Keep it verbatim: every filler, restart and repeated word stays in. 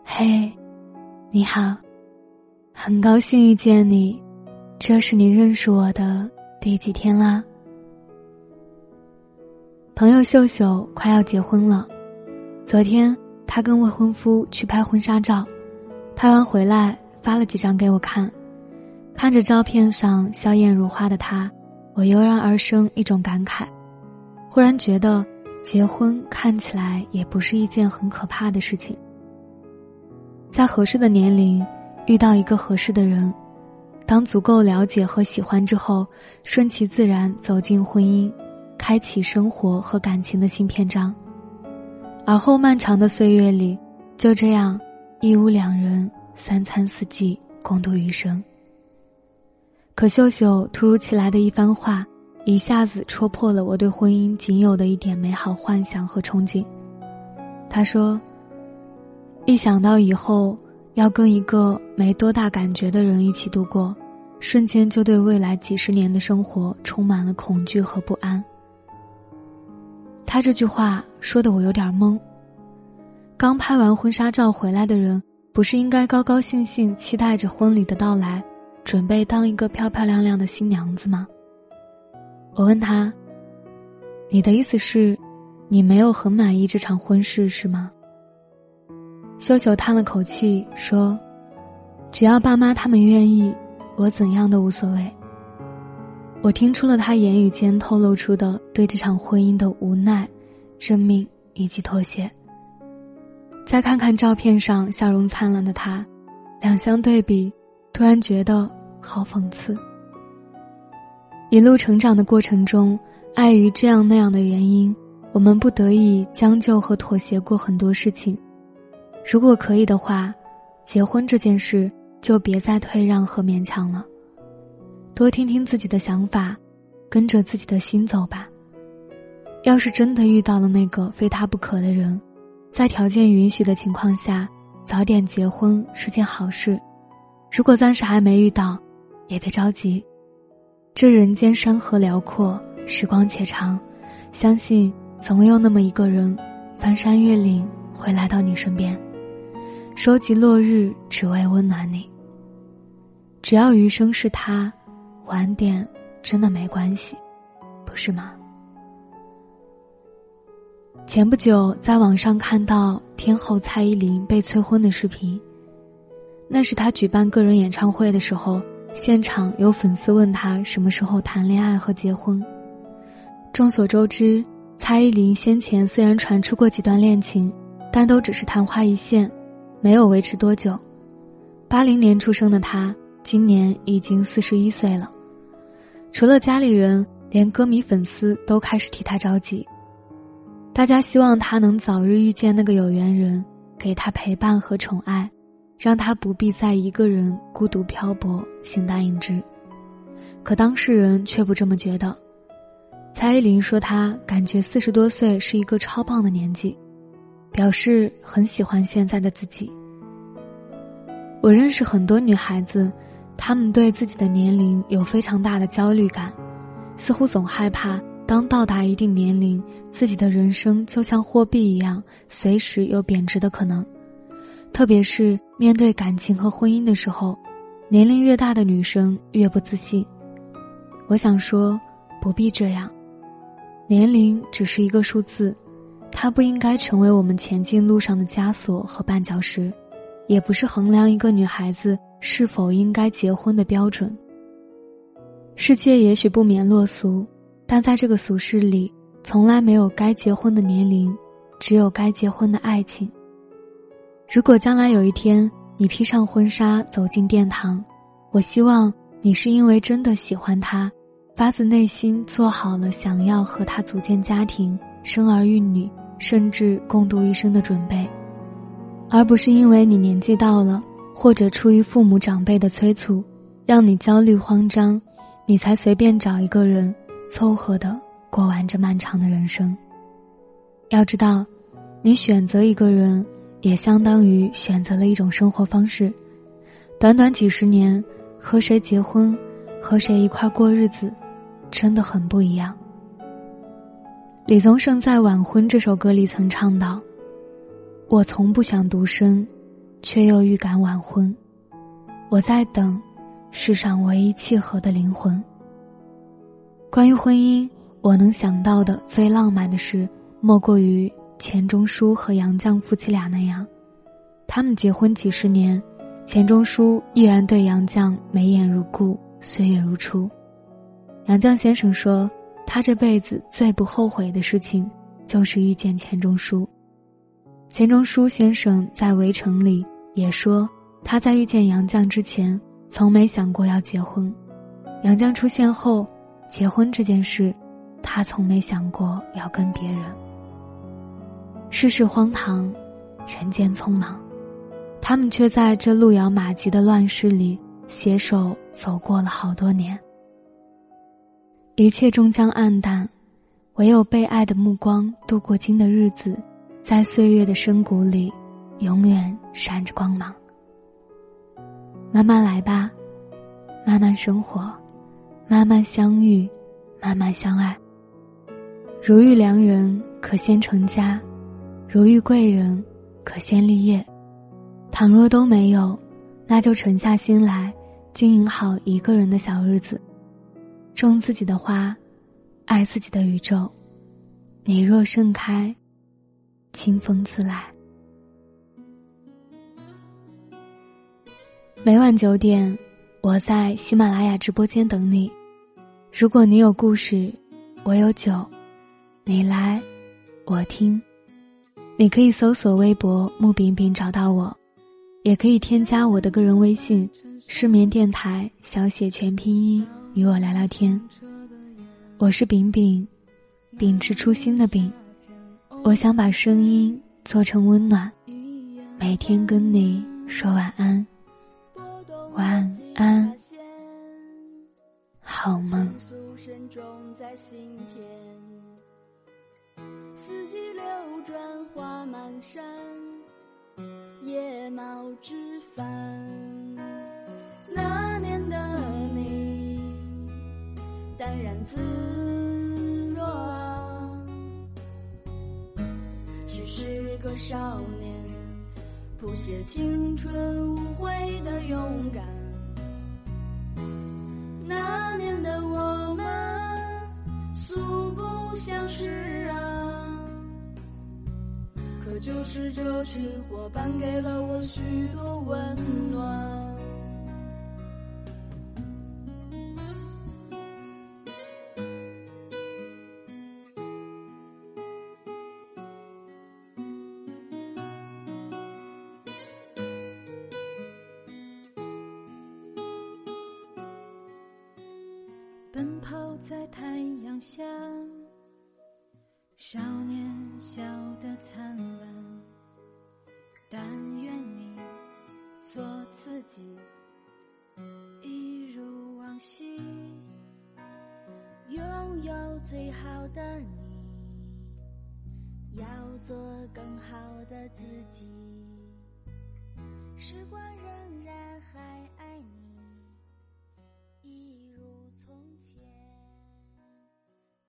嘿，你好，很高兴遇见你，这是你认识我的第几天啦？朋友秀秀快要结婚了，昨天她跟未婚夫去拍婚纱照，拍完回来发了几张给我看，看着照片上笑靥如花的她，我油然而生一种感慨，忽然觉得结婚看起来也不是一件很可怕的事情。在合适的年龄遇到一个合适的人，当足够了解和喜欢之后，顺其自然走进婚姻，开启生活和感情的新篇章。而后漫长的岁月里，就这样一屋两人，三餐四季，共度余生。可秀秀突如其来的一番话，一下子戳破了我对婚姻仅有的一点美好幻想和憧憬。她说，一想到以后要跟一个没多大感觉的人一起度过，瞬间就对未来几十年的生活充满了恐惧和不安。他这句话说得我有点懵。刚拍完婚纱照回来的人，不是应该高高兴兴期待着婚礼的到来，准备当一个漂漂亮亮的新娘子吗？我问他，你的意思是你没有很满意这场婚事是吗？秀秀叹了口气说，只要爸妈他们愿意，我怎样都无所谓。我听出了他言语间透露出的对这场婚姻的无奈、认命以及妥协。再看看照片上笑容灿烂的他，两相对比，突然觉得好讽刺。一路成长的过程中，碍于这样那样的原因，我们不得已将就和妥协过很多事情。如果可以的话，结婚这件事就别再退让和勉强了，多听听自己的想法，跟着自己的心走吧。要是真的遇到了那个非他不可的人，在条件允许的情况下，早点结婚是件好事。如果暂时还没遇到，也别着急。这人间山河辽阔，时光且长，相信总有那么一个人，翻山越岭会来到你身边，收集落日，只为温暖你。只要余生是他，晚点真的没关系，不是吗？前不久在网上看到天后蔡依林被催婚的视频，那是她举办个人演唱会的时候，现场有粉丝问她什么时候谈恋爱和结婚。众所周知，蔡依林先前虽然传出过几段恋情，但都只是昙花一现，没有维持多久。八零年出生的她，今年已经四十一岁了。除了家里人，连歌迷粉丝都开始替她着急。大家希望她能早日遇见那个有缘人，给她陪伴和宠爱，让她不必再一个人孤独漂泊，形单影只。可当事人却不这么觉得。蔡依林说她感觉四十多岁是一个超棒的年纪，表示很喜欢现在的自己。我认识很多女孩子，她们对自己的年龄有非常大的焦虑感，似乎总害怕当到达一定年龄，自己的人生就像货币一样，随时有贬值的可能。特别是面对感情和婚姻的时候，年龄越大的女生越不自信。我想说，不必这样。年龄只是一个数字，它不应该成为我们前进路上的枷锁和绊脚石，也不是衡量一个女孩子是否应该结婚的标准。世界也许不免落俗，但在这个俗世里，从来没有该结婚的年龄，只有该结婚的爱情。如果将来有一天你披上婚纱走进殿堂，我希望你是因为真的喜欢他，发自内心做好了想要和他组建家庭，生儿育女，甚至共度一生的准备，而不是因为你年纪到了，或者出于父母长辈的催促，让你焦虑慌张，你才随便找一个人凑合的过完这漫长的人生。要知道，你选择一个人也相当于选择了一种生活方式，短短几十年，和谁结婚，和谁一块过日子，真的很不一样。李宗盛在《晚婚》这首歌里曾唱道，我从不想独身， 却又预感晚婚。我在等世上唯一契合的灵魂。关于婚姻，我能想到的最浪漫的事，莫过于钱钟书和杨绛夫妻俩那样。他们结婚几十年，钱钟书依然对杨绛眉眼如故，岁月如初。杨绛先生说，他这辈子最不后悔的事情就是遇见钱钟书。钱钟书先生在《围城》里也说，他在遇见杨绛之前从没想过要结婚，杨绛出现后，结婚这件事他从没想过要跟别人。世事荒唐，人间匆忙，他们却在这路遥马急的乱世里携手走过了好多年。一切终将黯淡，唯有被爱的目光度过今的日子，在岁月的深谷里永远闪着光芒。慢慢来吧，慢慢生活，慢慢相遇，慢慢相爱。如遇良人，可先成家；如遇贵人，可先立业。倘若都没有，那就沉下心来，经营好一个人的小日子，种自己的花，爱自己的宇宙。你若盛开，清风自来。每晚九点，我在喜马拉雅直播间等你。如果你有故事，我有酒，你来我听。你可以搜索微博木饼饼找到我，也可以添加我的个人微信失眠电台小写全拼音与我聊聊天。我是饼饼，秉持初心的饼，我想把声音做成温暖，每天跟你说晚安，晚安，好梦。 四季流转花满山，野猫枝繁。那年的你淡然自若啊，只是个少年，谱写青春无悔的勇敢。那年的我们素不相识啊，可就是这群伙伴给了我许多温暖。奔跑在太阳下，少年笑得灿烂，但愿你做自己，一如往昔，拥有最好的你，要做更好的自己，时光仍然还爱你，一